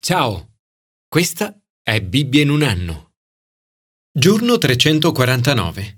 Ciao, questa è Bibbia in un anno. Giorno 349.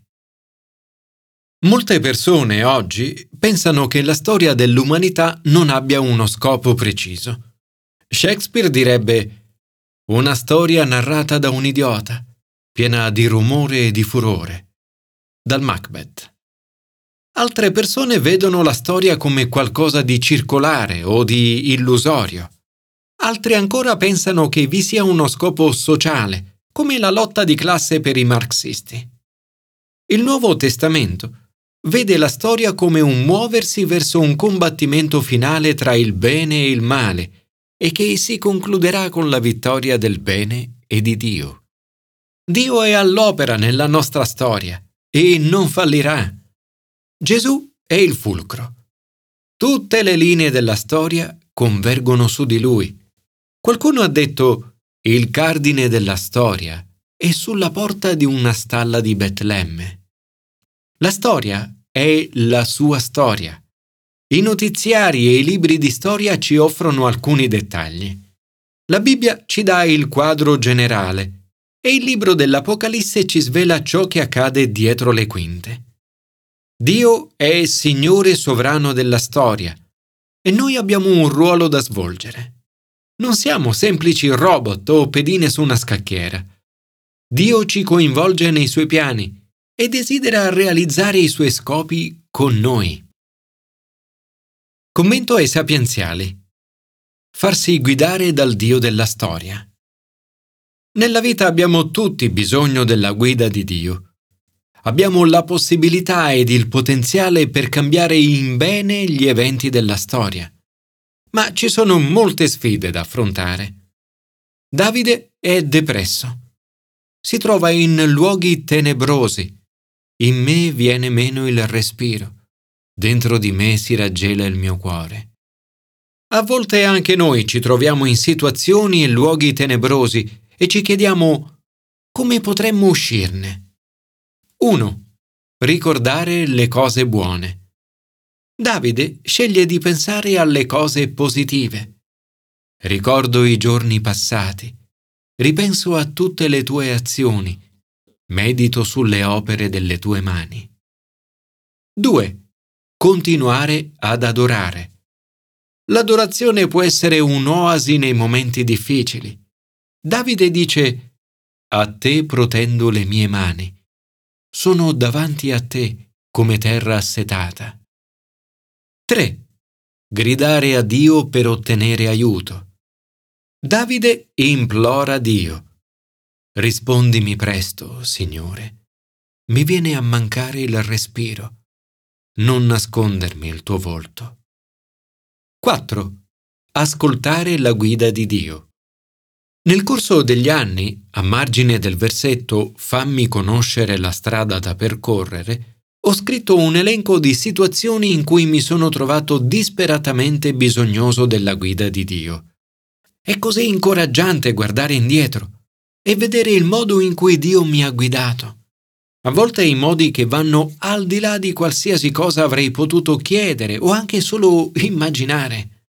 Molte persone oggi pensano che la storia dell'umanità non abbia uno scopo preciso. Shakespeare direbbe: una storia narrata da un idiota, piena di rumore e di furore. Dal Macbeth. Altre persone vedono la storia come qualcosa di circolare o di illusorio. Altri ancora pensano che vi sia uno scopo sociale, come la lotta di classe per i marxisti. Il Nuovo Testamento vede la storia come un muoversi verso un combattimento finale tra il bene e il male e che si concluderà con la vittoria del bene e di Dio. Dio è all'opera nella nostra storia e non fallirà. Gesù è il fulcro. Tutte le linee della storia convergono su di Lui. Qualcuno ha detto: il cardine della storia è sulla porta di una stalla di Betlemme. La storia è la sua storia. I notiziari e i libri di storia ci offrono alcuni dettagli. La Bibbia ci dà il quadro generale e il libro dell'Apocalisse ci svela ciò che accade dietro le quinte. Dio è Signore sovrano della storia e noi abbiamo un ruolo da svolgere. Non siamo semplici robot o pedine su una scacchiera. Dio ci coinvolge nei suoi piani e desidera realizzare i suoi scopi con noi. Commento ai sapienziali. Farsi guidare dal Dio della storia. Nella vita abbiamo tutti bisogno della guida di Dio. Abbiamo la possibilità ed il potenziale per cambiare in bene gli eventi della storia. Ma ci sono molte sfide da affrontare. Davide è depresso. Si trova in luoghi tenebrosi. In me viene meno il respiro. Dentro di me si raggela il mio cuore. A volte anche noi ci troviamo in situazioni e luoghi tenebrosi e ci chiediamo: come potremmo uscirne? 1. Ricordare le cose buone. Davide sceglie di pensare alle cose positive. Ricordo i giorni passati, ripenso a tutte le tue azioni, medito sulle opere delle tue mani. 2. Continuare ad adorare. L'adorazione può essere un'oasi nei momenti difficili. Davide dice: a te protendo le mie mani, sono davanti a te come terra assetata. 3. Gridare a Dio per ottenere aiuto. Davide implora Dio: rispondimi presto, Signore. Mi viene a mancare il respiro. Non nascondermi il tuo volto. 4. Ascoltare la guida di Dio. Nel corso degli anni, a margine del versetto «Fammi conoscere la strada da percorrere», ho scritto un elenco di situazioni in cui mi sono trovato disperatamente bisognoso della guida di Dio. È così incoraggiante guardare indietro e vedere il modo in cui Dio mi ha guidato. A volte in modi che vanno al di là di qualsiasi cosa avrei potuto chiedere o anche solo immaginare.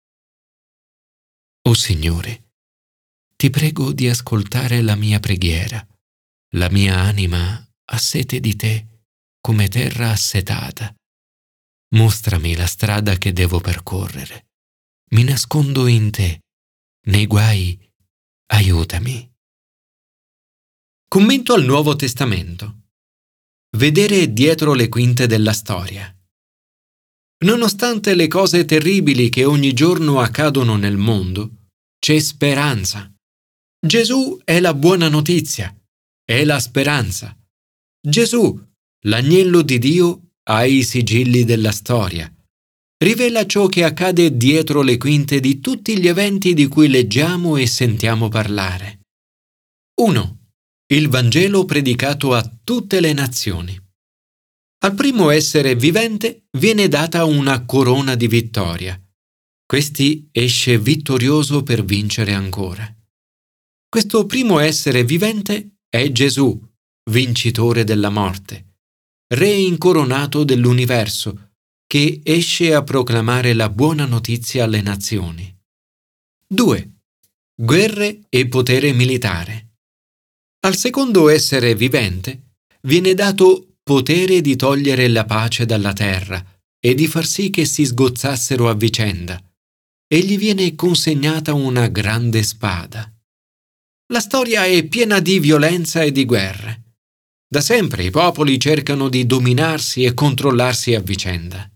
O Signore, ti prego di ascoltare la mia preghiera. La mia anima ha sete di te, come terra assetata. Mostrami la strada che devo percorrere. Mi nascondo in te. Nei guai, aiutami. Commento al Nuovo Testamento. Vedere dietro le quinte della storia. Nonostante le cose terribili che ogni giorno accadono nel mondo, c'è speranza. Gesù è la buona notizia, è la speranza. Gesù, l'agnello di Dio, ha i sigilli della storia. Rivela ciò che accade dietro le quinte di tutti gli eventi di cui leggiamo e sentiamo parlare. 1. Il Vangelo predicato a tutte le nazioni. Al primo essere vivente viene data una corona di vittoria. Questi esce vittorioso per vincere ancora. Questo primo essere vivente è Gesù, vincitore della morte, Re incoronato dell'universo, che esce a proclamare la buona notizia alle nazioni. 2. guerre e potere militare. Al secondo essere vivente viene dato potere di togliere la pace dalla terra e di far sì che si sgozzassero a vicenda, e gli viene consegnata una grande spada. La storia è piena di violenza e di guerre. Da sempre i popoli cercano di dominarsi e controllarsi a vicenda.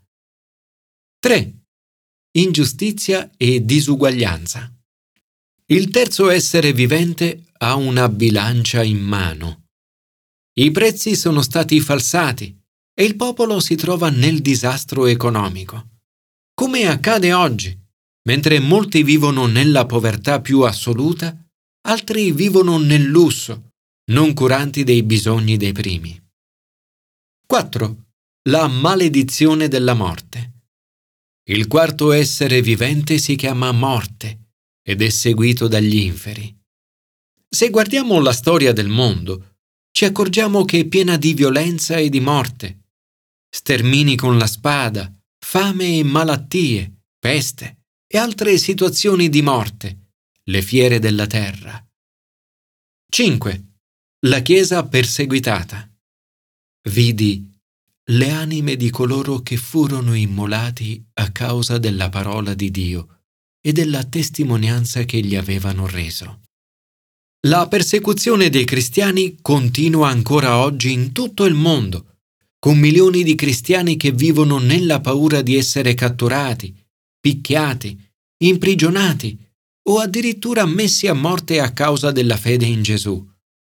3. Ingiustizia e disuguaglianza. Il terzo essere vivente ha una bilancia in mano. I prezzi sono stati falsati e il popolo si trova nel disastro economico. Come accade oggi, mentre molti vivono nella povertà più assoluta, altri vivono nel lusso, non curanti dei bisogni dei primi. 4. La maledizione della morte. Il quarto essere vivente si chiama morte ed è seguito dagli inferi. Se guardiamo la storia del mondo, ci accorgiamo che è piena di violenza e di morte, stermini con la spada, fame e malattie, peste e altre situazioni di morte, le fiere della terra. 5. La Chiesa perseguitata. Vidi le anime di coloro che furono immolati a causa della parola di Dio e della testimonianza che gli avevano reso. La persecuzione dei cristiani continua ancora oggi in tutto il mondo, con milioni di cristiani che vivono nella paura di essere catturati, picchiati, imprigionati o addirittura messi a morte a causa della fede in Gesù.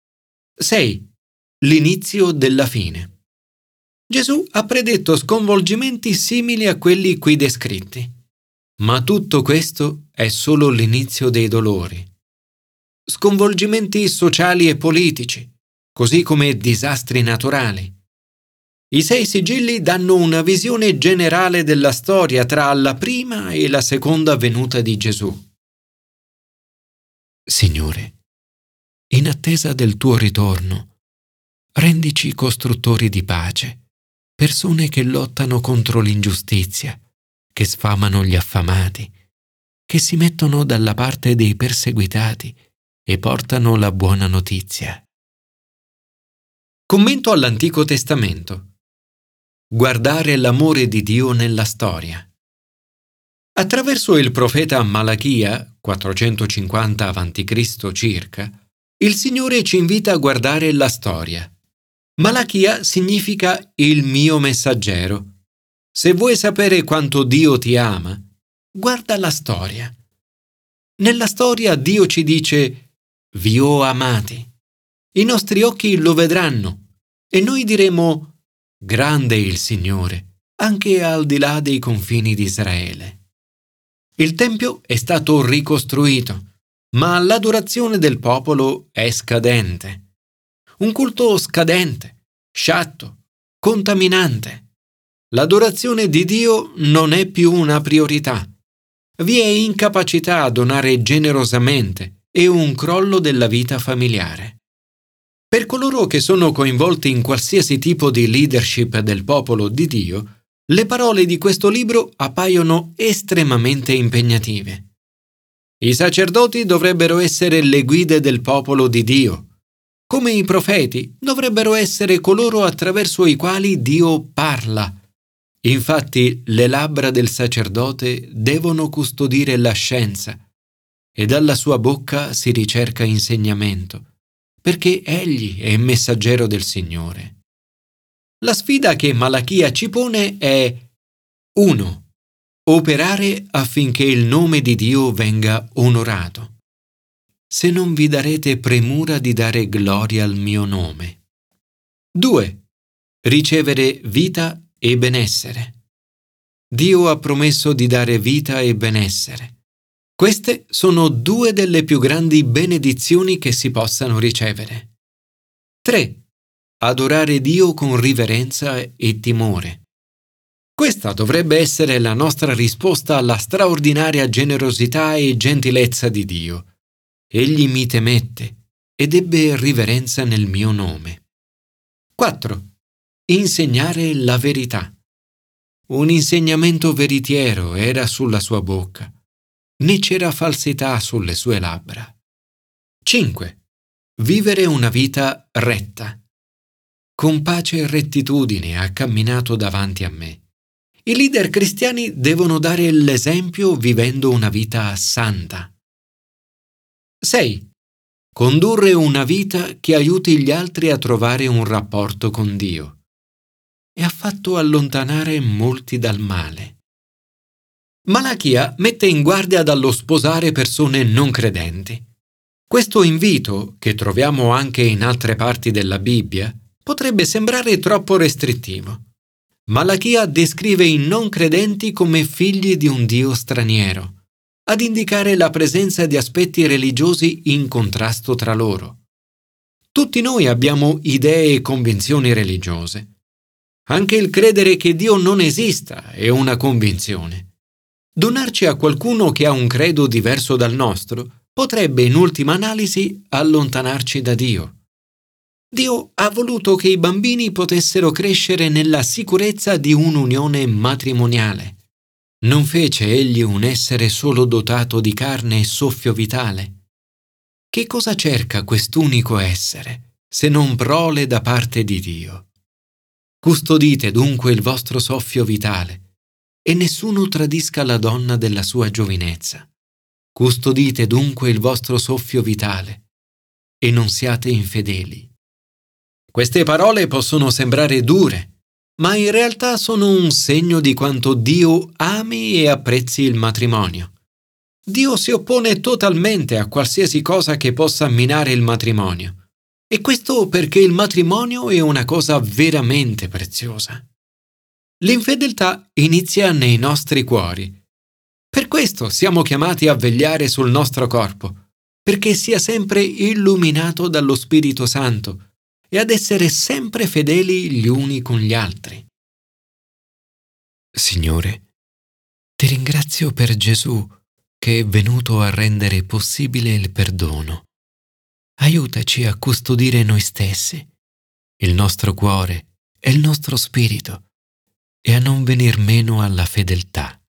6. L'inizio della fine. Gesù ha predetto sconvolgimenti simili a quelli qui descritti, ma tutto questo è solo l'inizio dei dolori. Sconvolgimenti sociali e politici, così come disastri naturali. I 6 sigilli danno una visione generale della storia tra la prima e la seconda venuta di Gesù. Signore, in attesa del tuo ritorno, rendici costruttori di pace, persone che lottano contro l'ingiustizia, che sfamano gli affamati, che si mettono dalla parte dei perseguitati e portano la buona notizia. Commento all'Antico Testamento. Guardare l'amore di Dio nella storia. Attraverso il profeta Malachia, 450 a.C. circa, il Signore ci invita a guardare la storia. Malachia significa il mio messaggero. Se vuoi sapere quanto Dio ti ama, guarda la storia. Nella storia Dio ci dice: vi ho amati. I nostri occhi lo vedranno e noi diremo: grande il Signore, anche al di là dei confini di Israele. Il Tempio è stato ricostruito, ma l'adorazione del popolo è scadente. Un culto scadente, sciatto, contaminante. L'adorazione di Dio non è più una priorità. Vi è incapacità a donare generosamente e un crollo della vita familiare. Per coloro che sono coinvolti in qualsiasi tipo di leadership del popolo di Dio, le parole di questo libro appaiono estremamente impegnative. I sacerdoti dovrebbero essere le guide del popolo di Dio, come i profeti dovrebbero essere coloro attraverso i quali Dio parla. Infatti, le labbra del sacerdote devono custodire la scienza e dalla sua bocca si ricerca insegnamento, perché egli è messaggero del Signore. La sfida che Malachia ci pone è 1. Operare affinché il nome di Dio venga onorato. Se non vi darete premura di dare gloria al mio nome. 2. Ricevere vita e benessere. Dio ha promesso di dare vita e benessere. Queste sono 2 delle più grandi benedizioni che si possano ricevere. 3. Adorare Dio con riverenza e timore. Questa dovrebbe essere la nostra risposta alla straordinaria generosità e gentilezza di Dio. Egli mi temette ed ebbe riverenza nel mio nome. 4. Insegnare la verità. Un insegnamento veritiero era sulla sua bocca. né c'era falsità sulle sue labbra. 5. Vivere una vita retta. Con pace e rettitudine ha camminato davanti a me. I leader cristiani devono dare l'esempio vivendo una vita santa. 6. Condurre una vita che aiuti gli altri a trovare un rapporto con Dio e ha fatto allontanare molti dal male. Malachia mette in guardia dallo sposare persone non credenti. Questo invito, che troviamo anche in altre parti della Bibbia, potrebbe sembrare troppo restrittivo. Malachia descrive i non credenti come figli di un Dio straniero, ad indicare la presenza di aspetti religiosi in contrasto tra loro. Tutti noi abbiamo idee e convinzioni religiose. Anche il credere che Dio non esista è una convinzione. Donarci a qualcuno che ha un credo diverso dal nostro potrebbe in ultima analisi allontanarci da Dio. Dio ha voluto che i bambini potessero crescere nella sicurezza di un'unione matrimoniale. Non fece egli un essere solo dotato di carne e soffio vitale. Che cosa cerca quest'unico essere, se non prole da parte di Dio? Custodite dunque il vostro soffio vitale, e nessuno tradisca la donna della sua giovinezza. Custodite dunque il vostro soffio vitale, e non siate infedeli. Queste parole possono sembrare dure, ma in realtà sono un segno di quanto Dio ami e apprezzi il matrimonio. Dio si oppone totalmente a qualsiasi cosa che possa minare il matrimonio, e questo perché il matrimonio è una cosa veramente preziosa. L'infedeltà inizia nei nostri cuori. Per questo siamo chiamati a vegliare sul nostro corpo, perché sia sempre illuminato dallo Spirito Santo e ad essere sempre fedeli gli uni con gli altri. Signore, ti ringrazio per Gesù che è venuto a rendere possibile il perdono. Aiutaci a custodire noi stessi, il nostro cuore e il nostro spirito e a non venir meno alla fedeltà.